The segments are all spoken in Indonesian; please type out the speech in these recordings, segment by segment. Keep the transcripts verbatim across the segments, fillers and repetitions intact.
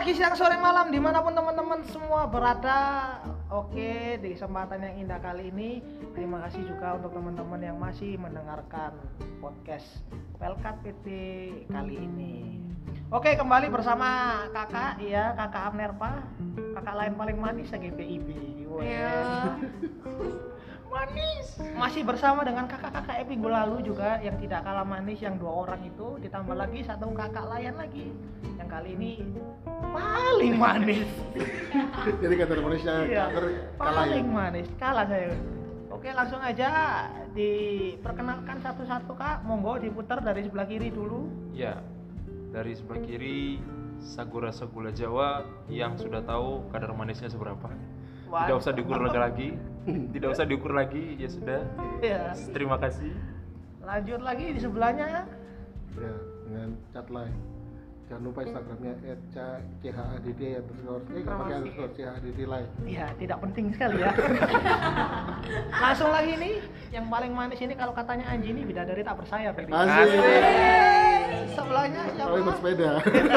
pagi, siang, sore, malam, dimanapun teman-teman semua berada. Oke, di kesempatan yang indah kali ini, terima kasih juga untuk teman-teman yang masih mendengarkan podcast Pelkat P T kali ini. Oke, kembali bersama kakak, ya kakak Amnerpa, kakak lain paling manis G P I B. Iya. Manis. Masih bersama dengan kakak-kakak minggu lalu juga yang tidak kalah manis, yang dua orang itu, ditambah lagi satu kakak layan lagi yang kali ini paling manis. Jadi kata manisnya Iya, kalah ya. paling manis, kalah saya. Oke, langsung aja diperkenalkan satu-satu kak. Monggo diputar dari sebelah kiri dulu. Ya, dari sebelah kiri Sagura Sagula Jawa yang sudah tahu kadar manisnya seberapa. Tidak usah diukur lagi, tidak usah diukur lagi, ya sudah. Ya. Terima kasih. Lanjut lagi di sebelahnya. Ya, dengan chat line. Jangan lupa Instagramnya et c h a d d ya underscore. Eh, nggak pakai underscore c h a d d line. Iya, tidak penting sekali ya. Langsung lagi nih, yang paling manis ini kalau katanya Anji ini bidadari tak bersayap. Ini. Asik. Sebelahnya siapa? Kalau bersepeda.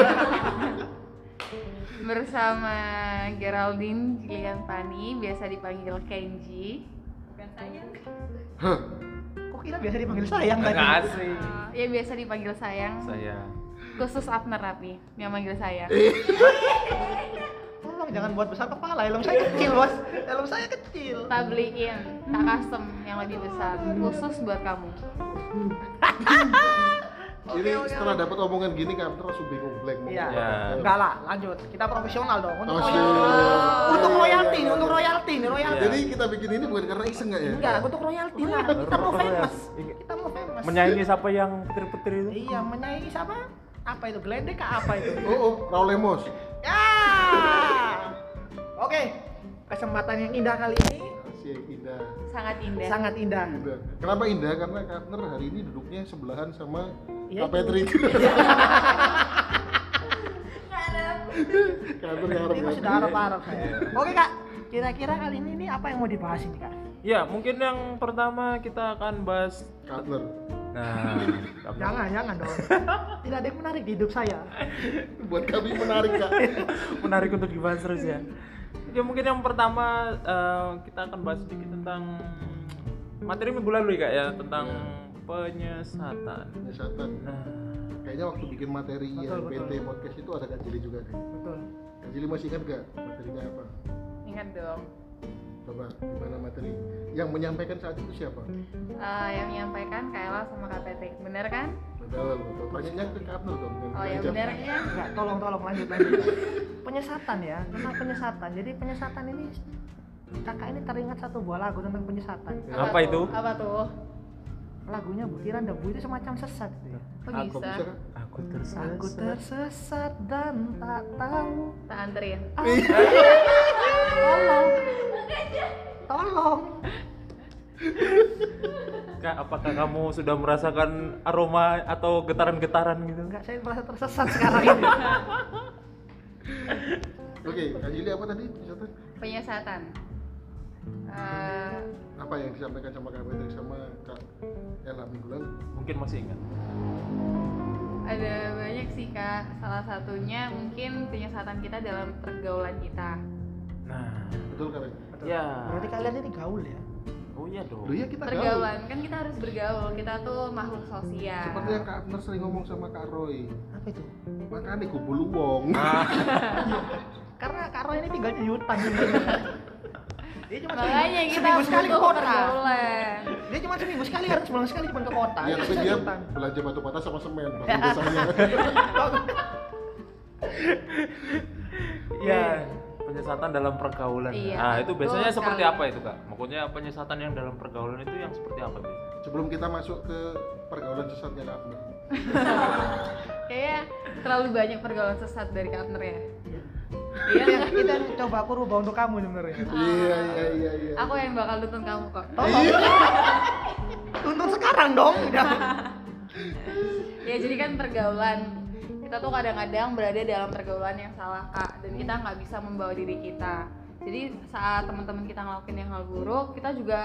Bersama Geraldine Gillian Pani, biasa dipanggil Kenji. Bukan sayang. Hah. Kok kira biasa dipanggil sayang tadi? Nggak asik. Uh, ya biasa dipanggil sayang. Saya. Khusus Abner Rapi yang manggil saya. Tolong jangan buat besar kepala, helm saya kecil bos. Helm saya kecil. Tak beliin, tak custom yang lebih besar, khusus buat kamu. Ini Oke, oke, setelah oke. dapat omongan gini kan terus langsung bingung blank. Iya. Ya. Enggak lah, lanjut. Kita profesional dong. Untuk Oh, royalti. siap. Untuk royalti, nih, untuk royalti, nih, royalti. Jadi kita bikin ini bukan karena iseng nggak ya? Enggak, untuk royalti lah. Kita mau famous. Kita mau famous. Menyaingi siapa yang petir-petir itu? Iya, menyaingi siapa? Apa itu? Geledek kah apa itu? Oh, oh, Raul Lemos. Ya. Oke. Kesempatan yang indah kali ini Asik, indah. Sangat indah. sangat indah. Indah. Kenapa indah? Karena Kapner hari ini duduknya sebelahan sama Iya, Kak Patrick. Kapner ngarep Ini kan? sudah harap-harap. Oke kak, kira-kira kali ini nih apa yang mau dibahas ini kak? Ya, mungkin yang pertama kita akan bahas. Kapner. Nah, Jangan, jangan dong. Tidak ada yang menarik di hidup saya. Buat kami menarik Kak. menarik untuk dibahas terus ya. Ya mungkin yang pertama eh, kita akan bahas sedikit tentang materi minggu lalu ya kak ya, tentang penyesatan. Penyesatan. Nah, Kayaknya waktu bikin materi Betul, P T betul. podcast itu ada Kak Jili juga deh. Betul. Kak Jili masih ingat gak materinya apa? Ingat dong. Coba gimana materi? Yang menyampaikan saat itu siapa? Uh, yang menyampaikan Kak Ella sama Kak Patrick, bener kan? Betul, betul. Tanyanya ke Kapner dong. Oh ya bener ya. Enggak, tolong tolong lanjut lanjut. Penyesatan ya, tentang penyesatan. Jadi penyesatan ini kakak ini teringat satu buah lagu tentang penyesatan. Apa itu? Tuh? Apa tuh? Lagunya Butiran Debu itu semacam sesat gitu ya. Kok Aku bisa? bisa kan? aku tersesat. Aku tersesat dan tak tahu. Tak anterin. Tolong. Tolong. Kak, apakah kamu sudah merasakan aroma atau getaran-getaran gitu? Enggak, saya merasa tersesat sekarang ini. Oke, Kak Jili apa tadi? Penyesatan? Penyesatan. Uh, Apa yang disampaikan sama Kak Patrick sama Kak Ella minggu lalu? Mungkin masih ingat. ada banyak sih Kak. Salah satunya mungkin penyesatan kita dalam pergaulan kita. Nah, Betul Kak? Betul. Ya. Berarti kalian ini gaul ya? Oh iya dong. Loh iya kita gaul. Pergaulan kan kita harus bergaul. Kita tuh makhluk sosial. Seperti yang Kak Abner sering ngomong sama Kak Roy. Apa itu? Makanya kumpul wong. Karena Kak Roy ini tinggal di hutan. Dia cuma Makanya seminggu, kita seminggu sekali ke butuh kota. pergaulan. Dia cuma seminggu sekali, harus sebulan sekali cuma ke kota. Iya, tapi bisa dia di hutan. belanja batu bata sama semen. Baru biasanya. Iya, penyesatan dalam pergaulan. Iya, Nah, itu betul biasanya seperti sekali. apa itu, Kak? Maksudnya penyesatan yang dalam pergaulan itu yang seperti apa biasanya? Sebelum kita masuk ke pergaulan sesatnya Kak Abner. Kayaknya terlalu banyak pergaulan sesat dari Kak Abner ya. Iya, yang kita coba aku rubah untuk kamu sebenarnya. Iya, iya, iya, iya. Aku yang bakal nuntun kamu kok. Tolong. Tuntun sekarang dong. Ya jadi kan pergaulan. Kita tuh kadang-kadang berada dalam pergaulan yang salah Kak, dan kita nggak bisa membawa diri kita. Jadi saat teman-teman kita ngelakuin yang hal buruk, kita juga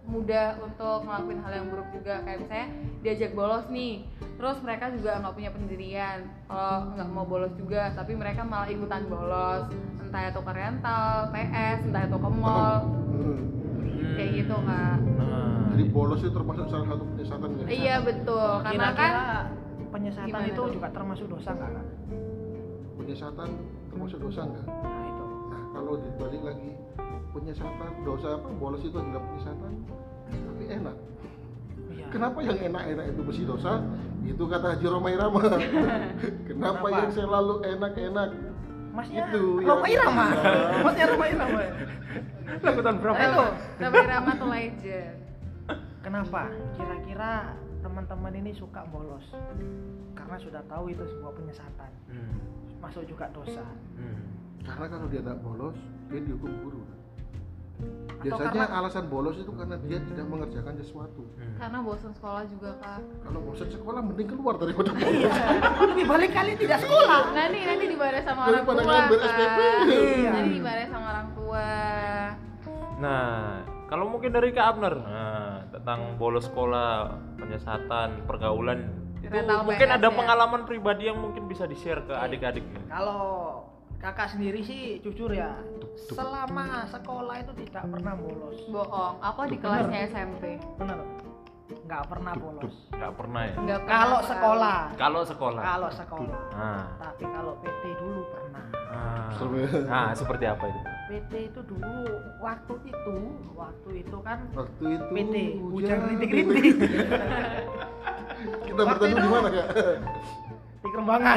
mudah untuk ngelakuin hal yang buruk juga, kayak misalnya diajak bolos nih, terus mereka juga nggak punya pendirian kalau nggak mau bolos juga, tapi mereka malah ikutan bolos, entah itu ke rental, P S, entah itu ke mall, Hmm. kayak gitu kak. Nah, Jadi bolos itu termasuk salah satu penyesatan ya? Iya betul, karena kan Kira-kira penyesatan Gimana itu tuh? juga termasuk dosa nggak kak? Penyesatan termasuk dosa nggak? Nah itu. Nah kalau dibalik lagi, penyesatan, dosa apa? Bolos itu adalah penyesatan, tapi enak. Iya. Kenapa yang enak-enak itu mesti dosa? Itu kata Haji Roma Irama. Kenapa Kenapa? yang selalu enak-enak? Masnya Itu Roma yang- Irama. Masnya Roma Irama. lakukan berapa Nah, itu? itu. Rama Irama tuh legend. Kenapa? Kira-kira teman-teman ini suka bolos karena sudah tahu itu sebuah penyesatan, Hmm. masuk juga dosa. Hmm. Karena kalau dia tidak bolos, dia dihukum guru. Atau Biasanya karena- alasan bolos itu karena dia tidak mengerjakan sesuatu. Hmm. Karena bosan sekolah juga kak. Kalau bosan sekolah mending keluar daripada bolos. Lebih balik kali tidak sekolah. Nanti nanti dibayar sama orang Daripada tua kalian ber-S P P. kak. Iya. Nanti dibayar sama orang tua. Nah, kalau mungkin dari Kak Abner, nah, tentang bolos sekolah, penyesatan, pergaulan, itu Rental mungkin P S ada ya. pengalaman pribadi yang mungkin bisa di-share ke adik-adik. Kalau kakak sendiri sih jujur ya, selama sekolah itu tidak pernah bolos. Bohong. Aku di Bener. kelasnya S M P. Bener? Nggak pernah bolos. Nggak pernah ya? Nggak pernah Kalau sekali. sekolah, Kalau sekolah. kalau sekolah. Nah, Tapi kalau P T dulu pernah. nah, Sampai- nah, seperti apa itu? P T itu dulu waktu itu, waktu itu kan Waktu itu P T hujan hujan rintik-rintik Kita Waktu bertemu di itu- mana kak? di Kerembangan.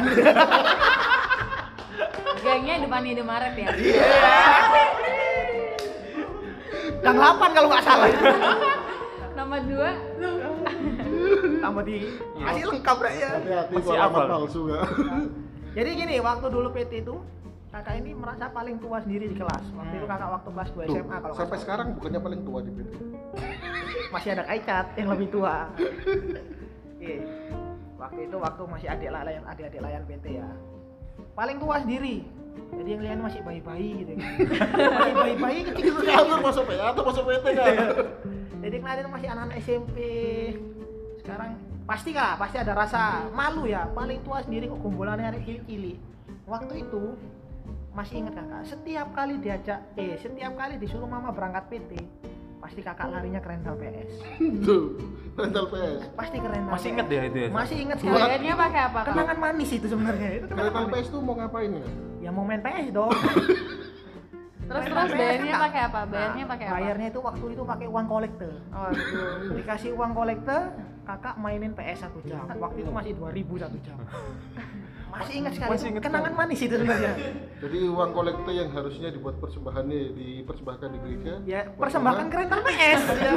Gangnya depan Indomaret ya. Gang delapan kalau nggak salah. Nomor dua. Sama di kasih lengkap Bre, ya. Hati-hati Masih kalau alamat hafal. palsu kak. Jadi gini, waktu dulu P T itu kakak ini merasa paling tua sendiri di kelas. Waktu itu kakak waktu kelas dua Tuh, S M A kalau nggak sampai salah. sekarang bukannya paling tua di P T. Masih ada Kaicat yang lebih tua. Iya. Waktu itu waktu masih adik layan adik-adik layan P T ya. Paling tua sendiri. Jadi yang lain masih bayi-bayi gitu. Masih bayi-bayi kecil Itu kan masuk P A atau masuk P T kan? Jadi kalian masih anak-anak S M P. Sekarang pasti kah, pasti ada rasa malu ya. Paling tua sendiri kok gombolannya ada cilik-cilik. Waktu itu masih ingat kakak, setiap kali diajak, eh setiap kali disuruh mama berangkat P T, pasti kakak larinya ke rental P S. Tuh, rental P S. Pasti ke rental. Masih P S. inget ya itu ya? Masih ingat sekali. Bayarnya pakai apa kak? Kenangan manis itu sebenarnya. Itu kenangan Rental P manis. S tuh mau ngapain ya? Ya mau main P S dong. Terus Rental terus P S bayarnya kan, pakai apa? Bayarnya nah, pakai apa? Bayarnya itu waktu itu pakai uang kolektor. Oh, aduh. Dikasih uang kolektor, kakak mainin P S satu jam. Waktu itu masih dua ribu satu jam. Masih ingat sekali. Masih Itu ingat kenangan sekali. manis itu sebenarnya. Jadi uang kolektor yang harusnya dibuat persembahannya dipersembahkan di gereja. Ya, persembahkan ke rental P S. Ya.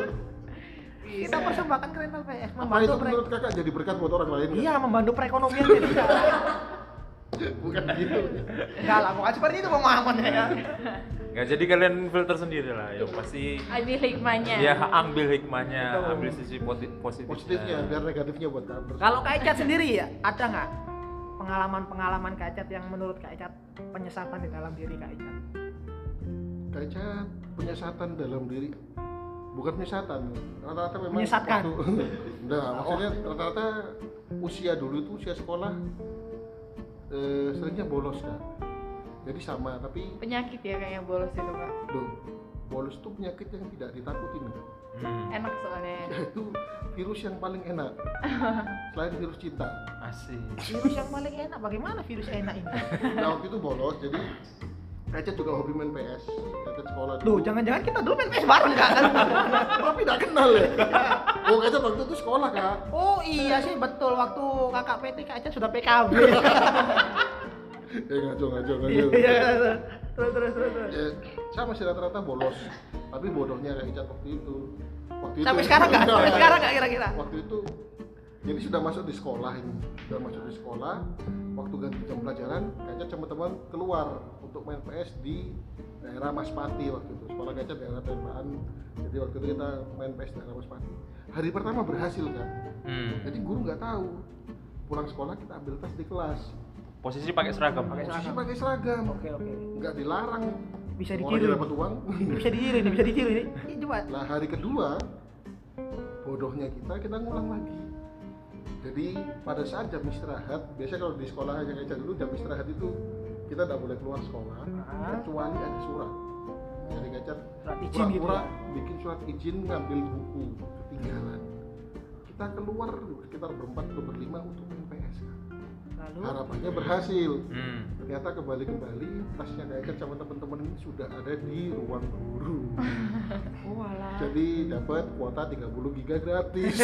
Kita persembahkan ke rental P S, Apa membantu itu pre- menurut kakak jadi berkat buat orang lain? Iya, membantu perekonomian Indonesia. Bukan gitu. Enggak lah, bukan seperti itu pemahamannya ya. Nggak, jadi kalian filter sendiri lah, yang pasti Ambil hikmahnya. ya ambil hikmahnya, Betul. ambil sisi poti- positifnya. Positifnya biar negatifnya buat kamu. Kalau Kak Icat sendiri ya, ada nggak pengalaman-pengalaman Kak Icat yang menurut Kak Icat penyesatan di dalam diri Kak Icat? Kayaknya penyesatan dalam diri, bukan penyesatan, rata-rata memang Menyesatkan. waktu- Enggak, maksudnya rata-rata usia dulu itu usia sekolah eh, seringnya bolos kan. Jadi sama, tapi Penyakit ya kayaknya bolos itu kak. loh, bolos itu penyakit yang tidak ditakutin kan. Hmm, Enak soalnya. Itu virus yang paling enak selain virus cinta. asik. Virus yang paling enak, bagaimana virus enak ini? Nah waktu itu bolos, jadi Kaca juga hobi main P S. Kaca sekolah dulu. Loh, jangan-jangan kita dulu main P S bareng Kak? Tapi tidak kenal ya. Oh Kaca waktu itu sekolah kak. Oh iya sih, betul. Waktu kakak P T Kak Icat sudah P K B. Eh ngaco ngaco ngaco. Iya, iya. Terus, terus, terus, terus. Ya, saya masih rata-rata bolos. Tapi bodohnya Kak Icat waktu itu. Waktu Sampai itu- sekarang nggak? Enggak, Sampai enggak. sekarang nggak kira-kira? Waktu itu jadi sudah masuk di sekolah ini, sudah masuk di sekolah. Waktu ganti jam pelajaran, Kaca sama teman keluar untuk main P S di daerah Maspati waktu itu. Sekolah Kaca daerah Pembaan. Jadi waktu itu kita main P S di daerah Maspati. Hari pertama berhasil kan. Hmm. Jadi guru nggak tahu. Pulang sekolah kita ambil tes di kelas. Posisi pakai seragam. Pakai Posisi seragam. pakai seragam. Oke, oke. Nggak dilarang Bisa Orang ditiru. yang dapat uang. Bisa ditiru ini, bisa ditiru ini. Ih, coba. Nah hari kedua bodohnya kita kita ngulang lagi. Jadi pada saat jam istirahat, biasanya kalau di sekolah yang kayak dulu jam istirahat itu kita tidak boleh keluar sekolah Ah. kecuali ada surat. Jadi Gacat Surat izin gitu pura-pura ya? bikin surat izin ngambil buku ketinggalan. Kita keluar sekitar berempat atau berlima untuk main P S. Lalu Harapannya berhasil. Hmm. Ternyata kembali-kembali tasnya Gacat sama teman-teman ini sudah ada di ruang guru. oh alah. Jadi dapat kuota tiga puluh giga gratis.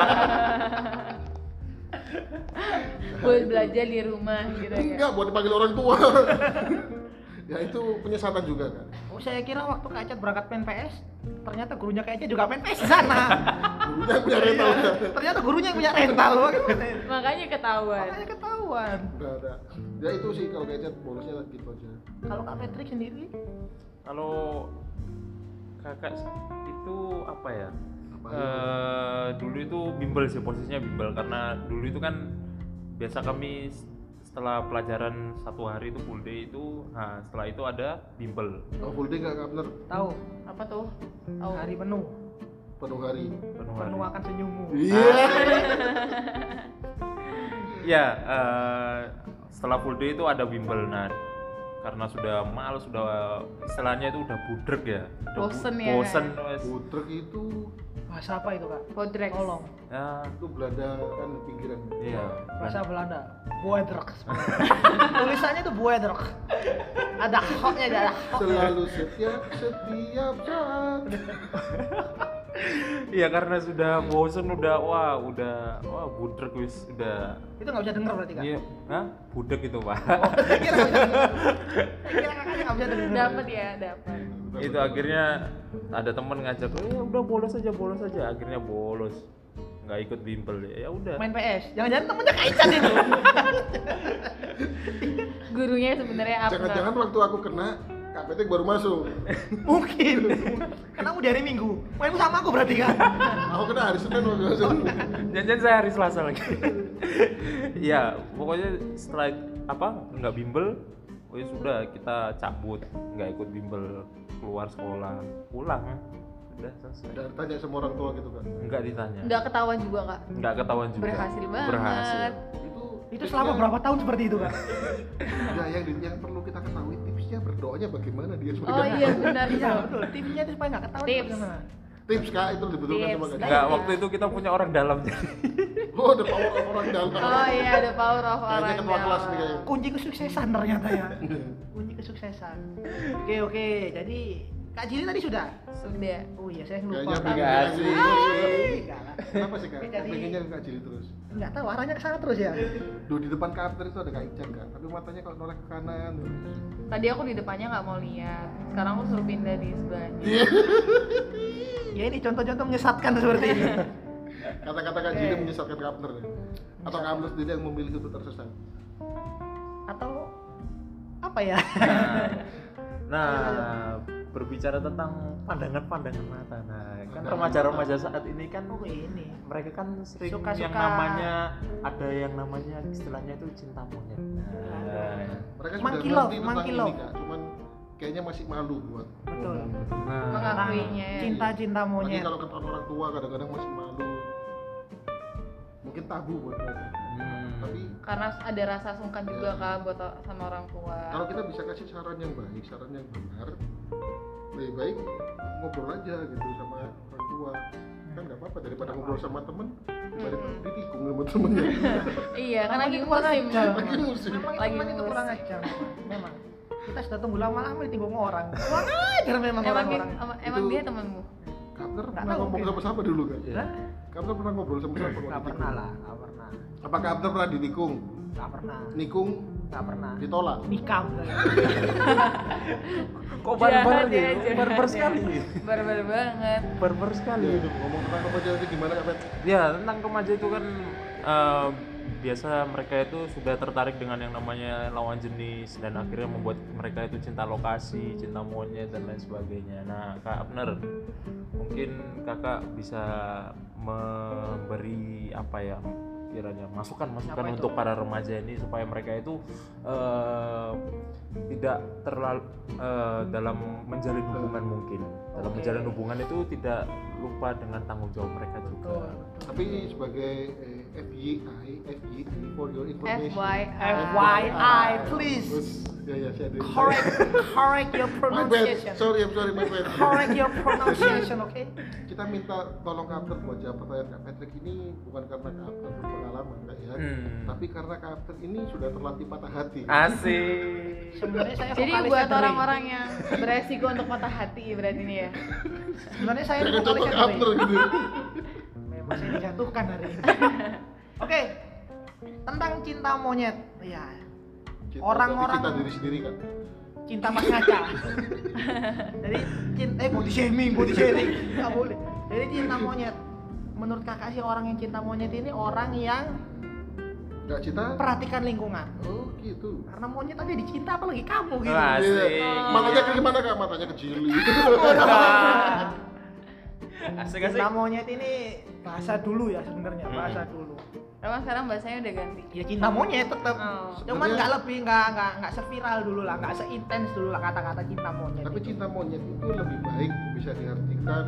Buat belajar di rumah gitu ya. Enggak, buat dipanggil orang tua. Ya itu penyesatan juga kan. Oh, saya kira waktu Kak Acat berangkat main P S, ternyata gurunya Kak Acat juga main P S di sana. Gurunya punya rental. Ternyata gurunya yang punya rental. Makanya ketahuan. Makanya ketahuan. Enggak ada. Ya itu sih kalau Gacat bolosnya gitu aja. Kalau Kak Patrick sendiri, Kalau kakak itu apa ya? Apa Eh, dulu itu bimbel sih, posisinya bimbel karena dulu itu kan biasa kami setelah pelajaran satu hari itu full day itu, nah setelah itu ada bimbel Oh, full day enggak enggak bener tahu Apa tuh? Tahu. hari penuh, penuh hari. penuh hari. penuh akan senyummu. Iya. Ya, eh, setelah full day itu ada bimbel. Nah, karena sudah malas, sudah istilahnya itu udah budrek ya, udah bu- Bosen ya, bosen Kak? wes. Budrek itu Bahasa apa itu Kak? Podrex. Tolong. Ya, itu Belanda kan pinggiran. iya. Bahasa Belanda. Boedrek. Tulisannya itu Boedrek. Ada hoknya, ada hok. Selalu setiap setiap saat. Iya, karena sudah bosen, udah wah, udah wah budrek wis, udah. Itu nggak bisa denger berarti Kak? Iya, hah? Budek itu, Pak. Saya kira nggak bisa denger. Saya kira kakaknya nggak bisa denger. Dapat ya, dapat. Itu akhirnya ada teman ngajak, "Eh, udah bolos aja, bolos aja." Akhirnya bolos. Nggak ikut bimbel ya. Ya udah. Main P S. Jangan-jangan temennya Kak Ican itu. Gurunya sebenarnya apa? Jangan-jangan waktu aku kena Kak Petek baru masuk. Mungkin. Karena aku dari Minggu. Main sama aku berarti kan? Aku kena hari Senin waktu masuk. Jangan saya hari Selasa lagi. Ya, pokoknya setelah apa nggak bimbel, oh ya sudah kita cabut, nggak ikut bimbel, keluar sekolah, pulang, udah selesai. Dan tanya sama orang tua gitu kan. Nggak ditanya, Nggak ketahuan juga Kak. nggak ketahuan juga. Berhasil banget. Berhasil. Itu Itu selama berapa tahun seperti itu Kak? Ya yang di- yang perlu kita ketahui tipsnya berdoanya bagaimana dia sebagai Oh iya benar Iya tuh. betul. Tipsnya itu supaya nggak ketahuan. Tips. bagaimana. tips Kak itu dibutuhkan Tips. sama Kak. Nggak, Iya. waktu itu kita punya orang dalam jadi. Oh, the power of orang dalam. Oh iya ada power of Kayaknya orang ketua kelas nih dalam. kayaknya. Kunci kesuksesan ternyata ya. Kunci kesuksesan. Oke oke. Jadi Kak Jili tadi sudah. Sudah. Oh iya saya lupa. Kayaknya Kak. pengen Nggak Kak Jili. Hai, enggak lah. Kenapa sih Kak? Jadi- Pengennya Kak Jili terus. Nggak tahu arahnya ke sana terus ya. Duh, di depan kapter itu ada Kak Ican Kak, tapi matanya kalau noleh ke kanan. Tadi aku di depannya nggak mau lihat. Sekarang aku suruh pindah di sebelahnya. Ya ini contoh-contoh menyesatkan seperti ini. Kata-kata Kak Oke. Jili menyesatkan kapter ya. Atau Kak Amr sendiri yang memilih untuk tersesat. Atau apa ya? Nah, nah, berbicara tentang pandangan-pandangan mata. Nah, kan remaja-remaja saat ini kan Oh ini. mereka kan sering Suka-suka. yang namanya ada yang namanya istilahnya itu cinta monyet. Nah, Mereka sudah Monkey ngerti love, tentang monkey ini love. Kak, cuman kayaknya masih malu buat. Betul. nah, Mengakuinya. Cinta-cinta Lagi monyet. kalau ketemu orang tua kadang-kadang masih malu. Mungkin tabu buat mereka. hmm, Tapi Karena ada rasa sungkan juga Kak buat sama orang tua. kalau kita bisa kasih saran yang baik, saran yang benar, lebih baik ngobrol aja gitu sama orang tua. Kan nggak apa-apa daripada ngobrol sama temen, daripada Hmm. ditikung sama temennya. Iya kan Namanya lagi kurang musim. ajar. Lagi musim. Memang itu Lagi memang itu musim. kurang ajar. Memang. Kita sudah tunggu lama-lama ditinggung orang. Kurang ajar memang Emang, orang-orang. emang, emang Itu- dia temanmu? Kapter Nggak pernah tahu, ngomong mungkin. sama siapa dulu kan? Iya. Hah? Kapter pernah ngobrol sama siapa? kalau Nggak ditikung? pernah lah, nggak pernah. Apa Kapter pernah ditikung? Nggak pernah. Nikung Nggak pernah. ditolak? Nikam. kok barbar Jahat ya, ya? jahat Barbar ya. sekali. Barbar banget. Barbar sekali. Iya, ngomong tentang remaja itu gimana Kak Pet? Ya, tentang remaja itu kan eh, biasa mereka itu sudah tertarik dengan yang namanya lawan jenis dan akhirnya membuat mereka itu cinta lokasi, cinta monyet dan lain sebagainya. Nah, Kak Abner, mungkin Kakak bisa memberi apa ya? kiranya masukan-masukan Apa itu? untuk para remaja ini supaya mereka itu eh, tidak terlalu eh, dalam menjalin hubungan mungkin dalam Oke. menjalin hubungan itu tidak lupa dengan tanggung jawab mereka juga. Betul. Tapi sebagai eh, F Y I, F Y I for your information. F Y I. F Y I, please. Terus, ya ya saya ada. Correct, correct your My bad. pronunciation. Sorry, I'm sorry, my bad. Correct your pronunciation, oke? Kita minta tolong Kapten buat jawab pertanyaan Kak Patrick ini bukan karena Kapten berpengalaman Kak ya, Hmm. tapi karena Kapten ini sudah terlatih patah hati. Asik. Sebenarnya saya Jadi vokalisnya buat dari- orang-orang yang beresiko untuk patah hati berarti ini ya. sebenarnya saya Jangan contoh vokalisnya Kapten dari- gitu. Memang saya dijatuhkan hari ini. Oke, tentang cinta monyet. Ya, Cinta, Orang-orang- tapi cinta diri sendiri kan. cinta mas ngaca. Jadi cinta eh body shaming, body shaming nggak boleh. Jadi cinta monyet. Menurut kakak sih orang yang cinta monyet ini orang yang Gak cinta? perhatikan lingkungan. Oh gitu. Karena monyet aja dicinta apalagi kamu gitu. Asik. Iya. Matanya ke gimana Kak? Matanya kecil. Asik asik. Cinta monyet ini bahasa dulu ya sebenarnya, Hmm. bahasa dulu. Emang sekarang bahasanya udah ganti. Ya cinta monyet tetap. Oh. Cuman Sebenarnya- nggak lebih nggak nggak nggak seviral dulu lah, nggak seintens dulu lah kata-kata cinta monyet. Tapi itu. cinta monyet itu lebih baik bisa diartikan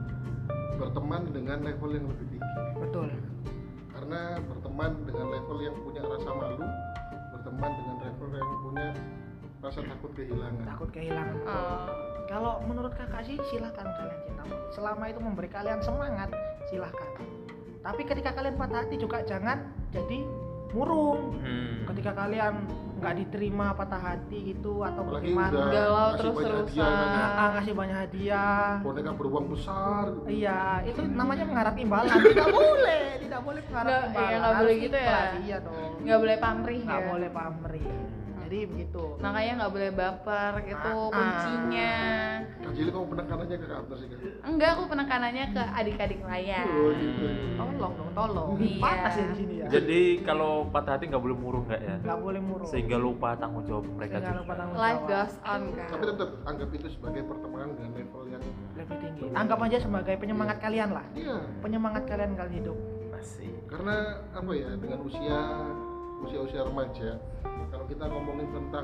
berteman dengan level yang lebih tinggi. Betul. Karena berteman dengan level yang punya rasa malu, berteman dengan level yang punya rasa takut kehilangan. Takut kehilangan. Oh. Kalau menurut kakak sih silahkan kalian cinta monyet. Selama itu memberi kalian semangat, silahkan. Tapi ketika kalian patah hati juga jangan jadi murung. Hmm. Ketika kalian nggak diterima patah hati gitu atau Apalagi bagaimana, udah Galau ngasih banyak terus-terusan. hadiah kan, ah, ah, ngasih banyak hadiah. boneka beruang besar gitu. Iya, itu namanya mengharap imbalan. Tidak boleh, tidak boleh mengharap Nggak, imbalan. iya, nggak Harus boleh gitu ya. ikhlas, Iya dong. Nggak boleh pamrih Nggak ya. boleh pamrih. Jadi begitu. Makanya nggak boleh baper gitu Ah, ah. kuncinya. Kak Jili kamu penekanannya ke Kapten sih Kak? Enggak, aku penekanannya ke adik-adik layan. Oh gitu. Tolong dong, tolong. Iya. Panas ya di sini ya. Jadi kalau patah hati nggak boleh murung nggak ya? Nggak boleh murung. Sehingga lupa tanggung jawab mereka Sehingga juga. lupa tanggung Life jawab. goes on kan. Tapi tetap anggap itu sebagai pertemanan dengan level yang Lebih tinggi. Anggap aja sebagai penyemangat kalian lah. iya. Penyemangat kalian kalian hidup. Asik. Karena apa ya, dengan usia usia-usia remaja, kalau kita ngomongin tentang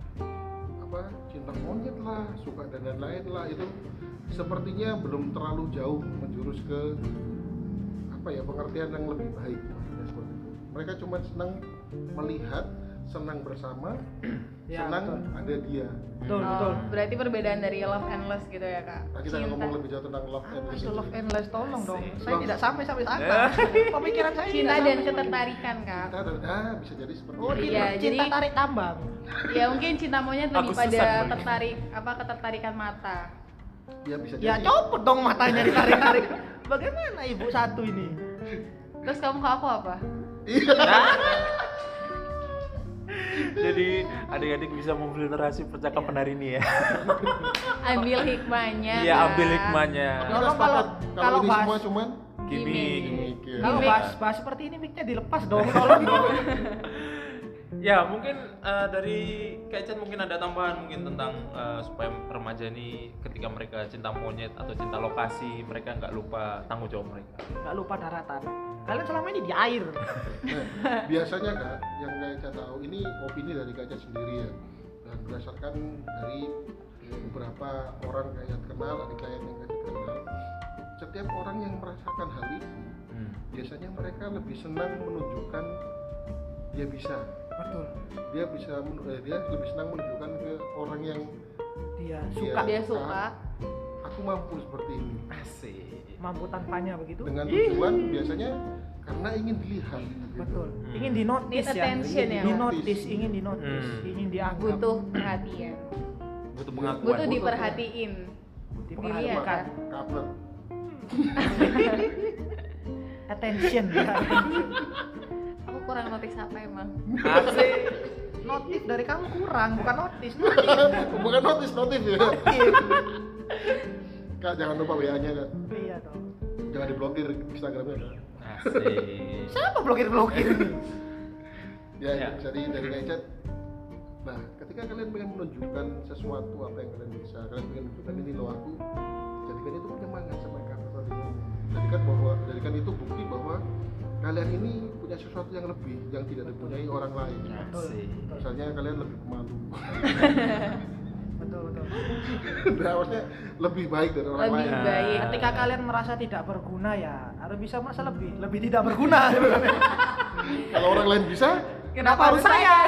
apa cinta monyet lah, suka dan lain-lain lah, itu sepertinya belum terlalu jauh menjurus ke apa ya, pengertian yang lebih baik. Maksudnya seperti itu. Mereka cuma senang melihat, senang bersama, Ya, senang betul. ada dia. Betul, Oh, betul. berarti perbedaan dari love and lust gitu ya kak. Nah, kita ngomong lebih jauh tentang love and Apa lust. itu love and lust? Tolong dong. Asik. Saya Love. tidak sampai sampai sana. Pemikiran saya Cinta tidak dan sampai. ketertarikan kak. Kita ada, ah, bisa jadi seperti Oh, itu. cinta, Iya, cinta jadi- tarik tambang. Ya mungkin cinta monyet lebih Aku pada susah banget. tertarik apa ketertarikan mata. Ya bisa Ya jadi. copot dong matanya ditarik-tarik. Bagaimana ibu satu ini? Terus kamu ke aku apa? Iya. Jadi adik-adik bisa memfilterasi percakapan hari ini ya. Ambil hikmahnya. Iya, Kak. ambil hikmahnya. Kita Kalau- sepakat kalau- kalau kalau ini bahas- semua cuman Gimik. Gimik. gimmick ya. Kalau Gimik. bahas bahas seperti ini mic-nya dilepas dong. Tolong dong. Ya mungkin eh, dari Kak Chan mungkin ada tambahan mungkin tentang eh, supaya remaja ini ketika mereka cinta monyet atau cinta lokasi mereka nggak lupa tanggung jawab mereka. Nggak lupa daratan. Kalian selama ini di air. Nah, biasanya Kak, yang Kak tahu ini opini dari Kak Chan sendiri ya, dan berdasarkan dari eh, beberapa orang Kak Chan kenal, adik Kak Chan yang Kak Chan kenal, setiap orang yang merasakan hal itu Hmm. biasanya mereka lebih senang menunjukkan dia bisa, Betul. dia bisa men- eh, dia lebih senang menunjukkan ke orang yang Dia Iya. suka Dia suka. aku mampu seperti ini, Asik. mampu tanpanya begitu. dengan tujuan biasanya karena ingin dilihat gitu. Betul. Hmm. Ingin dinotis Need ya. attention ya. Di notice, ingin dinotis, Hmm. ingin dianggap. Butuh perhatian. Butuh pengakuan. Butuh butuh. diperhatiin. diperhatikan. Dilihat. Kapten. Attention ya. Aku kurang notice apa emang? Asik. Notif dari kamu kurang, bukan notis. Notif. Bukan notis, notif ya. Notif. Kak, jangan lupa W A-nya Kak. Iya dong. Jangan diblokir Instagramnya Kak. Asik. Siapa blokir-blokir ini? Ya, Ya. jadi dari Kak Chat. Nah, ketika kalian pengen menunjukkan sesuatu apa yang kalian bisa, kalian pengen menunjukkan ini loh aku, jadikan itu penyemangat sama kalian. Jadikan bahwa, jadikan itu bukti bahwa kalian ini punya sesuatu yang lebih yang tidak dipunyai orang lain. Asik. Misalnya kalian lebih pemalu. Betul betul. Nah, maksudnya lebih baik dari orang Lebih lain. baik. Ketika kalian merasa tidak berguna ya harus bisa merasa lebih lebih tidak berguna. Kalau orang lain bisa, Kenapa harus saya?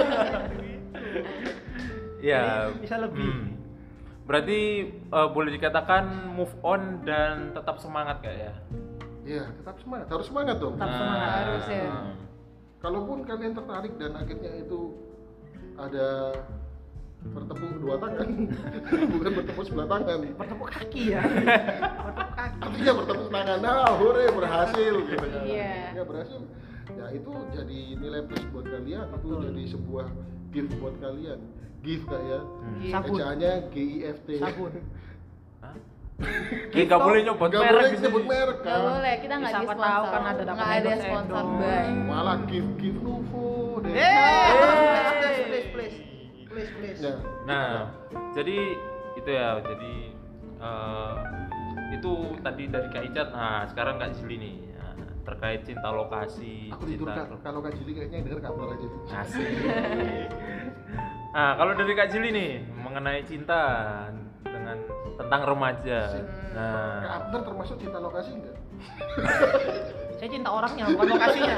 Ya, Jadi bisa lebih. hmm. Berarti eh, boleh dikatakan move on dan tetap semangat gak ya? ya tetap semangat. Harus semangat dong. Tetap semangat. Harus ya. Hmm. Kalaupun kalian tertarik dan akhirnya itu ada bertepuk dua tangan, bukan bertepuk sebelah tangan. Bertepuk kaki ya. Bertepuk kaki. Artinya bertepuk tangan, nah hore berhasil gitu kan. Iya. Ya berhasil. Ya itu jadi nilai plus buat kalian, itu Betul. jadi sebuah gift buat kalian. Gift kak ya. Iya. Sabun. Ejaannya G I F T. Sabun. Hah? Ya nggak boleh nyebut Gak merek boleh di sini. sebut merek Nggak kan. boleh, kita nggak Siapa di tahu sponsor. kan ada dapat Nggak ada endorse- sponsor endorse. by. Malah gift gift Nuvo deh. Eh, please, please, please, please, please. Ya. Nah, jadi itu ya, jadi eh, itu tadi dari Kak Icat. Nah, sekarang Kak Jili nih, nah, terkait cinta lokasi, Aku tidur cinta kak, kalau Kak Jili kayaknya denger kabar aja. asik. Nah, kalau dari Kak Jili nih mengenai cinta dengan tentang remaja. Kak Nah, Abner termasuk cinta lokasi enggak? Saya cinta orangnya bukan lokasinya.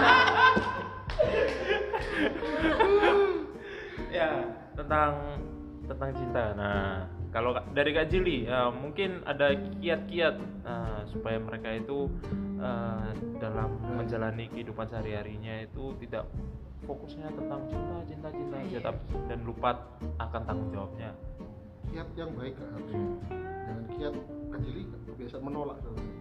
ya tentang tentang cinta. Nah, kalau Kak- dari Kak Jili, ya, mungkin ada kiat-kiat nah, supaya mereka itu eh, dalam menjalani kehidupan sehari-harinya itu tidak fokusnya tentang cinta, cinta, cinta, aja, tapi dan lupa akan tanggung jawabnya. Kiat yang baik kak harus. Hmm. Jangan kiat Kak Jili biasa menolak soalnya.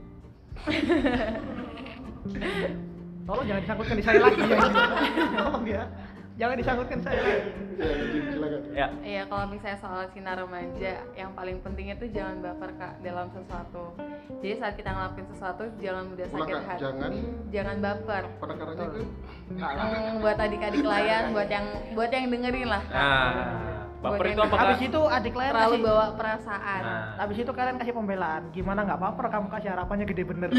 Tolong jangan disangkutkan di saya lagi ya. Tolong ya. Jangan disangkutkan saya lagi. Ya, Kak Jili silakan. Ya, Iya, kalau misalnya soal cinta remaja, yang paling penting itu jangan baper kak dalam sesuatu. Jadi saat kita ngelakuin sesuatu, jangan mudah Ulang, sakit Kak, hati. jangan. Jangan baper. Penekanannya kan Hmm, buat adik-adik layan, buat yang buat yang dengerin lah. Kak. nah, baper itu apa Kak? Habis itu adik kalian Terlalu kasih bawa perasaan. Nah, habis itu kalian kasih pembelaan. Gimana nggak baper kamu kasih harapannya gede bener.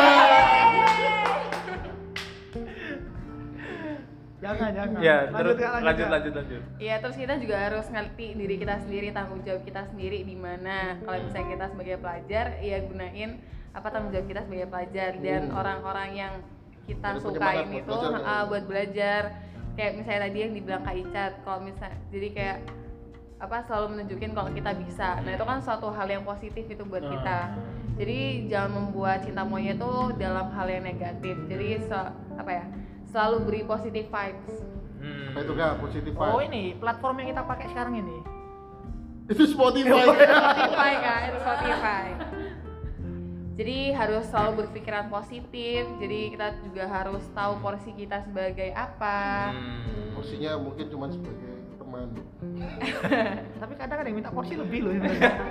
Jangan, jangan. ya terus Kak, lanjut, Kak. lanjut, lanjut. Iya, terus kita juga harus ngerti diri kita sendiri, tanggung jawab kita sendiri di mana. Kalau misalnya kita sebagai pelajar, ya gunain apa tanggung jawab kita sebagai pelajar dan Hmm. orang-orang yang kita Jadi sukain penyemangat buat itu belajar, ah, kan? buat belajar. Kayak misalnya tadi yang dibilang Kak Icat, kalau misalnya jadi kayak apa selalu menunjukin kalau kita bisa. Nah, itu kan suatu hal yang positif itu buat kita. Jadi jangan membuat cinta monyet itu dalam hal yang negatif. Jadi se- apa ya? Selalu beri positive vibes. Hmm. apa itu kak positif Oh vibe? ini platform yang kita pakai sekarang ini. Itu Spotify. Spotify kan, itu Spotify. Jadi harus selalu berpikiran positif. Jadi kita juga harus tahu porsi kita sebagai apa. Hmm. Porsinya mungkin cuma sebagai teman. Tapi kadang ada yang minta porsi lebih loh.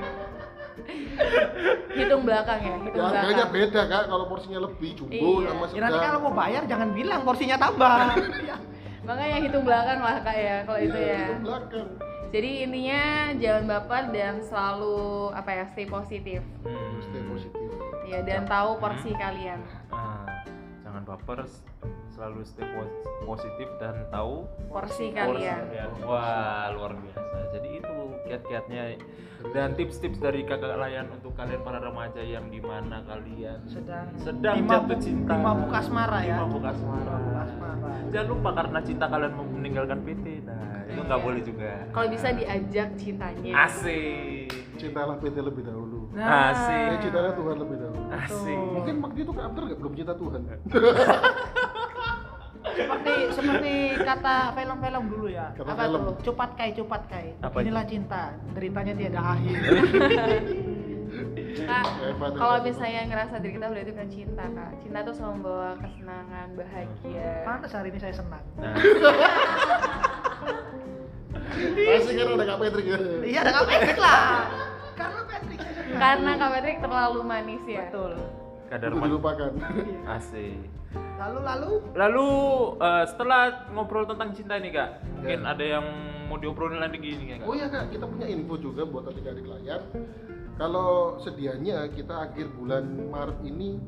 Hitung belakang ya, hitung Ya harganya belakang. beda kak kalau porsinya lebih jumbo Iya. sama Ya nanti sedang. kalau mau bayar jangan bilang porsinya tambah. Ya. Makanya hitung belakang lah kak ya, kalau itu Iya, ya. itu belakang. Jadi intinya jangan baper dan selalu apa ya, stay positif. Hmm. Stay positif. Ya, dan tahu porsi kalian. Ah, jangan baper, selalu stay pos- positif dan tahu Porsi porsi kalian. Wah, luar biasa. Jadi itu kiat-kiatnya dan tips-tips dari kakak layan untuk kalian para remaja yang dimana kalian Sedang sedang di jatuh mabuk- cinta, di mabuk asmara ya. Di mabuk asmara. Mabuk asmara. Jangan lupa karena cinta kalian mau meninggalkan P T. Nah, itu nggak Iya. boleh juga. Kalau bisa diajak cintanya. Asik. Cintalah P T lebih dahulu. Nah, Asik. Eh, cintalah Tuhan lebih dahulu. Asik. Mungkin waktu itu Kak Abner nggak belum cinta Tuhan. seperti seperti kata film-film dulu ya. Kata Apa film. tuh? Cepat kai, cepat kai. Apa Inilah cinta, deritanya tiada akhir. Kak, Hebat, kalau hebat, misalnya ngerasa diri kita udah itu kan cinta kak. Cinta tuh selalu membawa kesenangan, bahagia. Pantas hari ini saya senang. Nah, Pasti kan ada Kak Patrick ya. Iya, ada Kak Patrick lah. Karena Patrick saya senang. Karena Kak Patrick terlalu manis ya. Betul. kadar Itu man- dilupakan. asik. Lalu lalu Lalu eh, setelah ngobrol tentang cinta ini kak, mungkin Ya. ada yang mau diobrolin lagi gini kak? Oh iya Kak, kita punya info juga buat adik-adik layar. Kalau sedianya kita akhir bulan Maret ini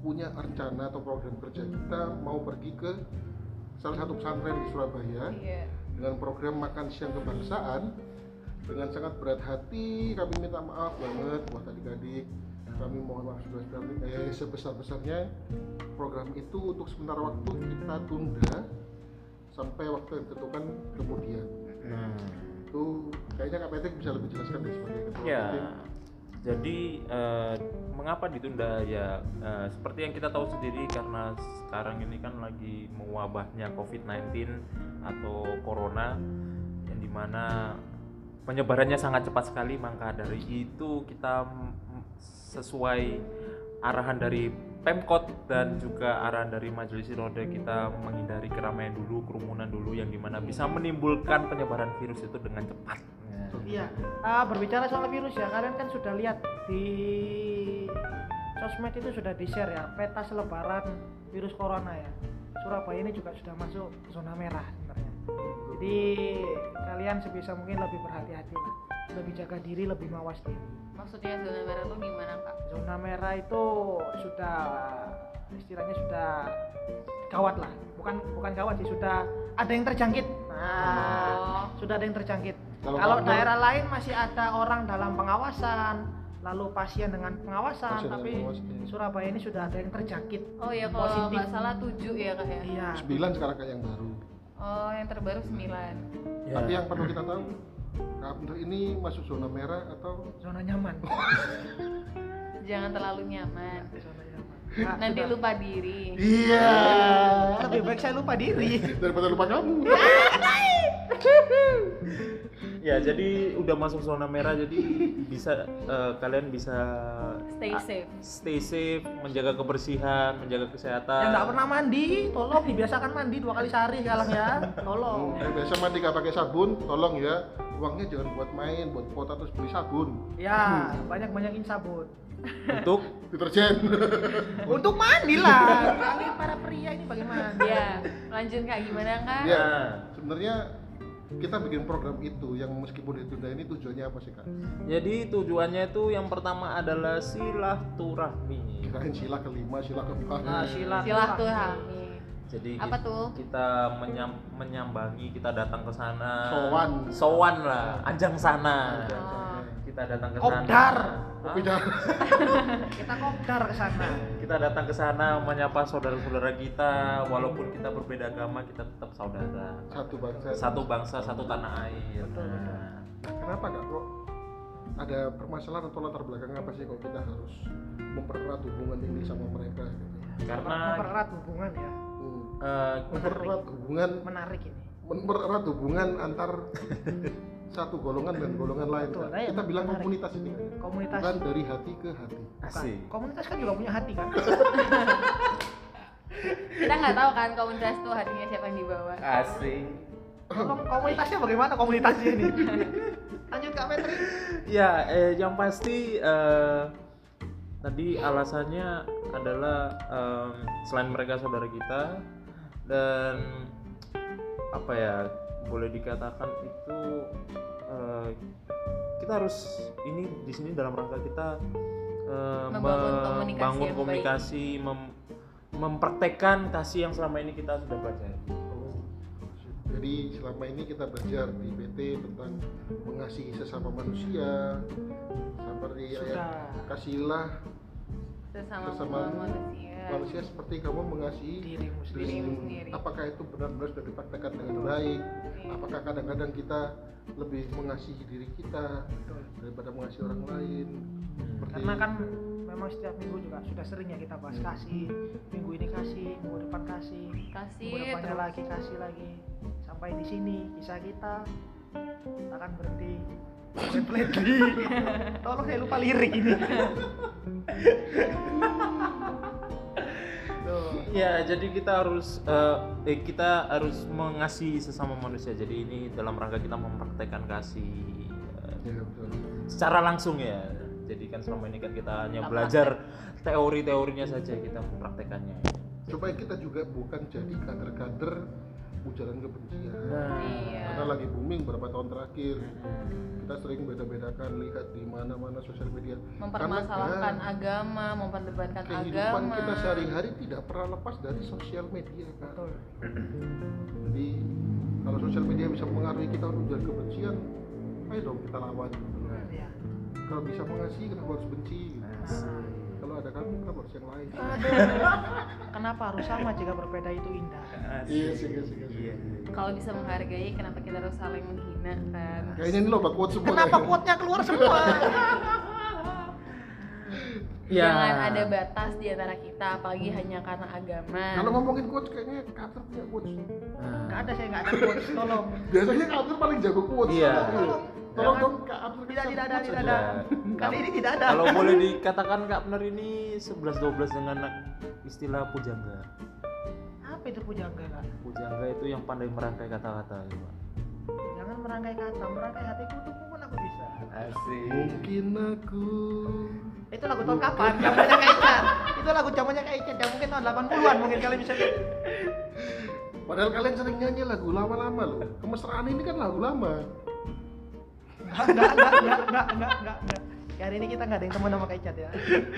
punya rencana atau program kerja kita mau pergi ke salah satu pesantren di Surabaya Iya. dengan program makan siang kebangsaan. Dengan sangat berat hati kami minta maaf banget buat adik-adik, kami mohon maaf sebesar-besarnya, eh, sebesar-besarnya program itu untuk sementara waktu kita tunda sampai waktu yang ditentukan kemudian. Hmm. Itu kayaknya Kak Petek bisa lebih jelaskan deh sebagai ketua Ya, tim. jadi eh, mengapa ditunda ya? Eh, seperti yang kita tahu sendiri karena sekarang ini kan lagi mewabahnya covid sembilan belas atau corona, yang dimana penyebarannya sangat cepat sekali. Maka dari itu kita mm, sesuai arahan dari Pemkot dan juga arahan dari Majelis Roda, kita menghindari keramaian dulu, kerumunan dulu, yang dimana bisa menimbulkan penyebaran virus itu dengan cepat. Iya, ah, berbicara soal virus ya, kalian kan sudah lihat di sosmed itu sudah di-share ya peta selebaran virus corona ya. Surabaya ini juga sudah masuk zona merah sebenarnya. Jadi kalian sebisa mungkin lebih berhati-hati lah, lebih jaga diri, lebih mawas diri. Maksudnya zona merah tuh gimana kak? Zona merah itu sudah istilahnya sudah gawat lah, bukan bukan gawat sih, sudah ada yang terjangkit. Nah, Oh. sudah ada yang terjangkit. Kalau Kalau kantor- daerah lain masih ada orang dalam pengawasan, lalu pasien dengan pengawasan, Pasien dengan tapi pengawasan. Surabaya ini sudah ada yang terjangkit. Oh ya, kalau Positif. nggak salah tujuh ya kak ya? Iya. Sembilan sekarang kayak yang baru. Oh yang terbaru sembilan. Ya. Tapi yang perlu kita tahu, Kak Abdul ini masuk zona merah atau Zona nyaman. Jangan terlalu nyaman. Zona nyaman. Nah, Nanti sudah. lupa diri. iya Lebih baik saya lupa diri. daripada lupa kamu. Ya, jadi udah masuk zona merah, jadi bisa eh, kalian bisa Stay ah, safe. stay safe, menjaga kebersihan, menjaga kesehatan. Yang nggak pernah mandi, tolong dibiasakan mandi dua kali sehari sekarang ya. Tolong. Yang biasa mandi nggak pakai sabun, tolong ya uangnya jangan buat main, buat kuota terus beli sabun, Ya, banyak-banyakin sabun. Untuk deterjen. Untuk mandi lah. Kalian para pria ini bagaimana? Ya, lanjut kak gimana kak? Ya, Nah. sebenarnya kita bikin program itu yang meskipun ditunda ini tujuannya apa sih Kak? jadi tujuannya itu yang pertama adalah silaturahmi. Kirain sila kelima, sila keempat. Nah, sila Silaturahmi. Jadi Apa ki- tuh? kita menyam- menyambangi, kita datang ke sana. Sowan. Sowan lah, anjang sana. Oh. Kita datang ke sana. Kopdar. Kopi Hah? dah. Kita kopdar ke sana. Kita datang ke sana menyapa saudara-saudara kita, walaupun kita berbeda agama, kita tetap saudara. Satu bangsa. Satu bangsa, satu tanah air. Betul, betul. Nah, Nah, kenapa Kak kok ada permasalahan atau latar belakang apa sih kok kita harus mempererat hubungan ini sama mereka gitu? karena Mempererat hubungan ya. Hmm. eh, Mempererat hubungan Menarik ini. mempererat hubungan antar satu golongan dan golongan lain. Betul, Kak. nah, Kita ya, bilang menarik. komunitas ini Kak. Komunitas. Bukan dari hati ke hati. asik. Komunitas kan juga punya hati kan? Kita nggak tahu kan komunitas tuh hatinya siapa yang dibawa. Asik. Kom- Komunitasnya bagaimana komunitasnya ini? Lanjut Kak Petri. Ya, eh, yang pasti eh, tadi alasannya adalah em, selain mereka saudara kita dan apa ya, boleh dikatakan itu eh, kita harus ini di sini dalam rangka kita eh, Membangun komunikasi membangun yang komunikasi, mem- mempraktekkan kasih yang selama ini kita sudah pelajari. Jadi selama ini kita belajar di B T tentang mengasihi sesama manusia, seperti ayat Sudah. kasihlah Sesama Sesama manusia. manusia seperti kamu mengasihi Dirimu sendiri. Dirimu sendiri. Apakah itu benar-benar sudah dipraktekkan dengan baik? Apakah kadang-kadang kita lebih mengasihi diri kita daripada mengasihi orang lain? Seperti Karena kan memang setiap minggu juga sudah sering ya kita bahas kasih. Minggu ini kasih, minggu depan kasih, Kasih minggu depannya terus. lagi kasih lagi. Sampai di sini kisah kita tak akan berhenti. Completely. Tolong saya lupa lirik ini. Tuh. Ya, jadi kita harus eh, eh, kita harus mengasihi sesama manusia. Jadi ini dalam rangka kita mempraktekkan kasih eh, ya, betul. secara langsung ya. Jadi kan selama ini kan kita hanya Kita belajar teori-teorinya saja, kita mempraktekannya. Supaya kita juga bukan jadi kader-kader ujaran kebencian. Nah, Iya. Karena lagi booming beberapa tahun terakhir. Kita sering beda-bedakan lihat di mana-mana sosial media. Mempermasalahkan Karena, ya, agama, memperdebatkan kehidupan agama. kita sehari-hari tidak pernah lepas dari sosial media kan. Betul. Jadi kalau sosial media bisa mengaruhi kita untuk ujaran kebencian, ayo dong kita lawan. Iya. Kalau bisa mengasihi, kenapa harus benci? Kalau ada kamu, kenapa harus yang lain? Kenapa harus sama jika berbeda itu indah? Iya sih, iya sih, iya sih. Iya. Kalau bisa menghargai, kenapa kita harus saling menghina kan? Kayaknya ini loh quote semua. Kenapa kayaknya. quote-nya keluar semua? Ya. Jangan ada batas di antara kita, apalagi hanya karena agama. Kalau ngomongin quotes kayaknya Carter punya quotes. Nah, Nggak ada, saya nggak ada quotes, tolong. Biasanya Carter paling jago quotes. Iya. Tolong, tolong dong Kak Carter. Tidak, tidak ada, quotes tidak aja. ada. Kali ini tidak ada. Kalau boleh dikatakan Kak Bener ini sebelas dua belas dengan istilah pujangga. Apa itu pujangga, Kak? Pujangga itu yang pandai merangkai kata-kata ya, Pak. Jangan merangkai kata, merangkai hatiku tuh pun aku bisa. Asik. Mungkin aku Itu lagu tahun kapan? Zamannya Kak Icat. Itu lagu zamannya Kak Icat, ya mungkin tahun delapan puluhan mungkin kalian bisa lihat. Padahal kalian sering nyanyi lagu lama-lama loh. Kemesraan ini kan lagu lama. Enggak, enggak, enggak, enggak, enggak, enggak, enggak, enggak. Ya, hari ini kita enggak ada yang teman sama Kak Icat ya.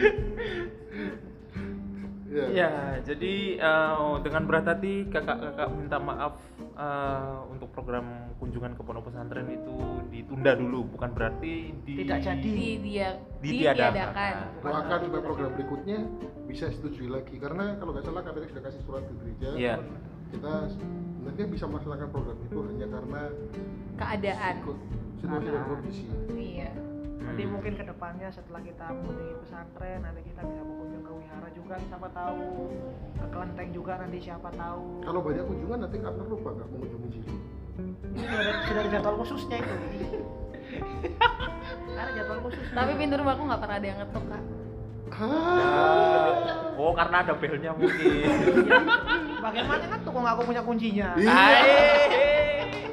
Iya. Ya, jadi eh, dengan berat hati kakak-kakak minta maaf eh, untuk program kunjungan ke pondok pesantren itu ditunda dulu, bukan berarti di, Tidak jadi. Di dia Ditiadakan. ditiadakan. Doakan supaya program berikutnya bisa setujui lagi karena kalau nggak salah K P R sudah kasih surat ke gereja. Iya. Kita sebenarnya bisa melaksanakan program itu hanya karena Keadaan. ikut situasi dan kondisi. Iya. Nanti mungkin kedepannya setelah kita mengunjungi pesantren, nanti kita bisa berkunjung ke wihara juga, siapa tahu ke kelenteng juga nanti siapa tahu. Kalau banyak kunjungan nanti Kak Carter lupa nggak mengunjungi sini. Ini sudah ada, sudah ada jadwal khususnya itu. Ada jadwal khusus. Tapi pintu rumahku nggak pernah ada yang ngetuk kak. Ah. Oh, karena ada belnya mungkin. Bagaimana kan tuh kok aku punya kuncinya? Iya. Hai.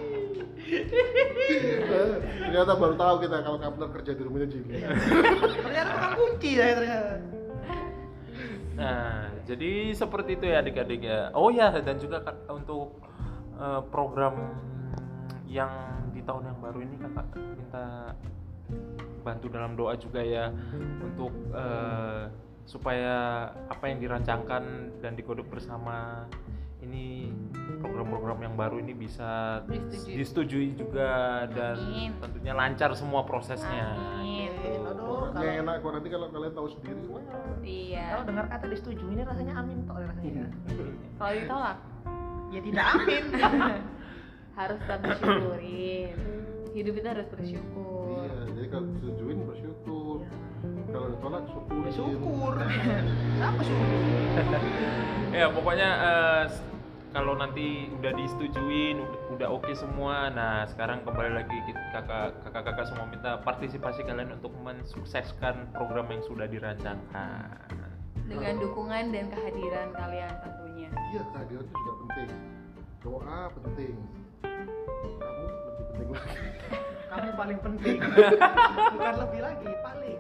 Ternyata baru tahu kita kalau Kak Carter kerja di rumahnya Jimmy. Ternyata tukang kunci saya ternyata. Nah, jadi seperti itu ya adik-adik ya. Oh ya, dan juga kan untuk eh, program yang di tahun yang baru ini kakak minta bantu dalam doa juga ya untuk eh, supaya apa yang dirancangkan dan digodok bersama ini program-program yang baru ini bisa Disetujui. disetujui juga dan Amin. tentunya lancar semua prosesnya. Amin. Aduh, Orangnya kalau, enak kok nanti kalau kalian tahu sendiri. Wah. Iya. kalau dengar kata disetujui ini rasanya amin tok rasanya. Kalau ditolak Ya tidak amin. harus tetap bersyukurin. Hidup itu harus bersyukur. Iya, jadi kalau disetujuin bersyukur. Kalau ditolak syukur. Ya syukur. Apa syukur? Ya pokoknya eh, kalau nanti udah disetujuin udah, udah oke semua, nah sekarang kembali lagi kita- kakak kakak-kakak semua minta partisipasi kalian untuk mensukseskan program yang sudah dirancangkan. Dengan dukungan dan kehadiran kalian tentunya. Iya, kehadiran itu juga penting. Doa penting. Kamu lebih penting lagi. Kamu paling penting. Bukan lebih lagi, paling.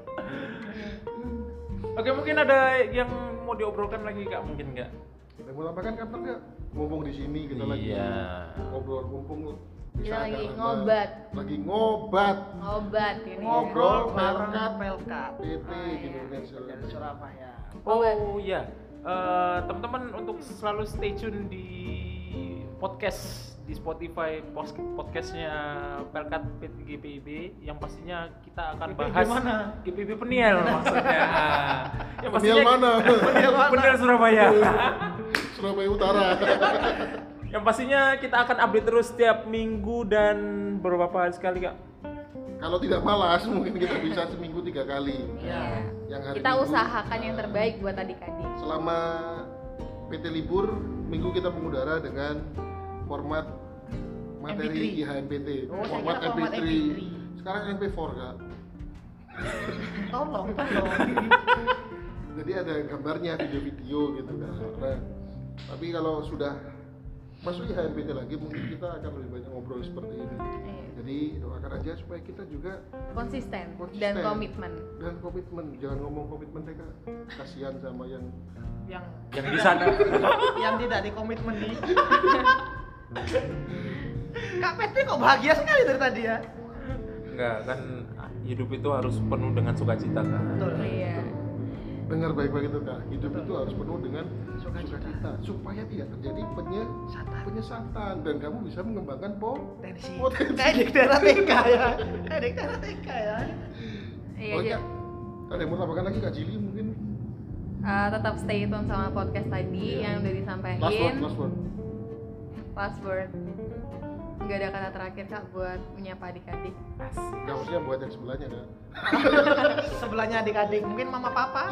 Oke, mungkin ada yang mau diobrolkan lagi kak, mungkin nggak? Kita mau tambahkan kapan nggak? Mumpung di sini kita lagi Iya. ngobrol, mumpung Kita lagi agak lama. ngobat. Lagi ngobat. Obat ini. Ngobrol bareng Pelkat. Pelkat. P T Ah, di iya. Indonesia. Dari Surabaya. Oh iya, Eh, teman-teman untuk selalu stay tune di podcast di Spotify pos- podcastnya Pelkat P T G P I B yang pastinya kita akan G P I B bahas mana? G P I B Peniel maksudnya. Ah, yang Peniel mana? Peniel mana? Peniel Surabaya. Surabaya Utara. Yang pastinya kita akan update terus setiap minggu dan beberapa hari sekali kak. Kalau tidak malas mungkin kita bisa seminggu tiga kali. Iya. Yang hari Kita Minggu, usahakan yang terbaik buat adik-adik. selama P T libur, minggu kita mengudara dengan format materi M P tiga. I H M P T. Oh, saya Format kira M P format tiga. M P tiga. Sekarang M P empat kak. Tolong, tolong. Jadi ada gambarnya, video-video gitu kan. Nah, tapi kalau sudah masuk I H M P T lagi mungkin kita akan lebih banyak ngobrol seperti ini. Iya. Jadi doakan aja supaya kita juga Konsisten, Konsisten. dan komitmen. dan komitmen. Jangan ngomong komitmen mereka. Kasihan sama yang Yang Yang di sana. yang tidak di komitmen nih. Kak Petri kok bahagia sekali dari tadi ya? Enggak, kan hidup itu harus penuh dengan sukacita kan. Betul. Iya. Dengar baik-baik itu kak, hidup itu harus penuh dengan Sukacita. sukacita supaya tidak terjadi Satan. penyesatan dan kamu bisa mengembangkan Tensi. potensi. Kayak di daerah T K ya. Kayak di daerah T K ya. Iya, Oh, jadi iya. Ada yang mau tambahkan lagi Kak Jili mungkin? uh, tetap stay tune sama podcast tadi Iya. yang udah disampaikan. Last word, last word. Last word. Nggak ada kata terakhir kak buat menyapa adik-adik. Asik. Gak maksudnya buat yang sebelahnya kan? Sebelahnya adik-adik, mungkin mama papa.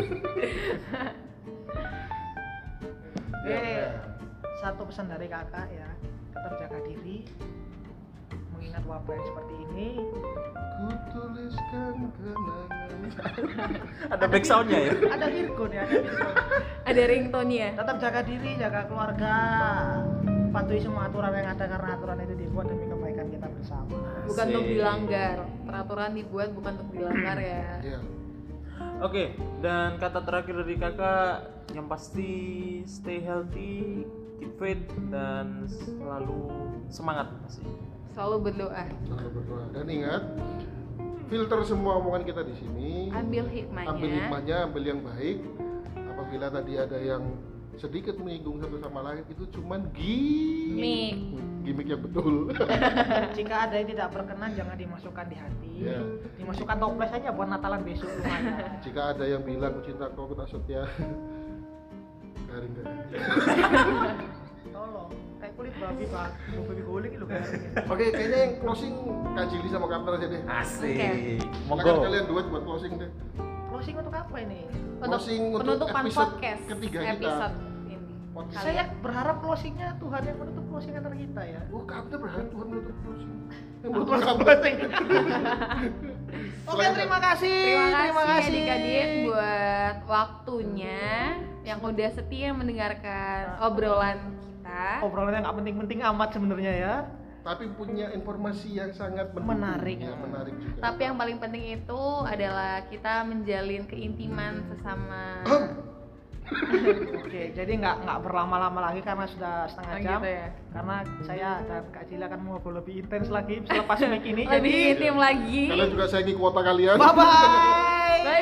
Ya, Eh, ya. satu pesan dari kakak ya, tetap jaga diri. Mengingat wabah yang seperti ini, Kutuliskan kenangan. Ada back sound-nya ya? ada Virgo nih, ada Virgo. Ada ringtone ya. Tetap jaga diri, jaga keluarga. Patuhi semua aturan yang ada karena aturan itu dibuat demi kebaikan kita bersama. Bukan untuk Asik. dilanggar. Peraturan dibuat bukan untuk dilanggar ya. Iya. Oke, dan kata terakhir dari kakak yang pasti stay healthy, keep fit dan selalu semangat masih. Selalu berdoa. Selalu berdoa dan ingat filter semua omongan kita di sini. Ambil hikmahnya. Ambil hikmahnya, ambil yang baik. Apabila tadi ada yang sedikit menyinggung satu sama lain itu cuman gimmick. Gimmick yang betul. Jika ada yang tidak berkenan jangan dimasukkan di hati. Iya. Dimasukkan toples aja buat Natalan besok lumayan. Jika ada yang bilang cinta kau tak setia. Garing garing. Tolong, kayak kulit babi pak, babi guling gitu kan. Oke, kayaknya yang closing Kak Jili sama Kapten aja deh. Asik. Oke. Silakan Monggo. kalian duet buat closing deh. Closing untuk apa ini? Untuk Closing untuk penutupan episode podcast ketiga kita. episode ini. Podcast. Saya berharap closingnya Tuhan yang menutup closing antar kita ya. Oh, Kapten berharap Tuhan menutup closing. Yang Menutup menutup Kapten. closing. Oke, Silakan, terima kasih. Terima kasih adik-adik buat waktunya yang udah setia mendengarkan obrolan kita. Obrolan yang nggak penting-penting amat sebenarnya ya. Tapi punya informasi yang sangat mendukung. Menarik. Ya, menarik juga. Tapi yang paling penting itu adalah kita menjalin keintiman sesama. Oke, jadi nggak nggak berlama-lama lagi karena sudah setengah Oh, jam. gitu ya. Karena saya dan Kak Jila akan ngobrol lebih intens lagi selepas mic ini. Lebih Jadi intim lagi. Kalian juga sayangi kuota kalian. bye bye.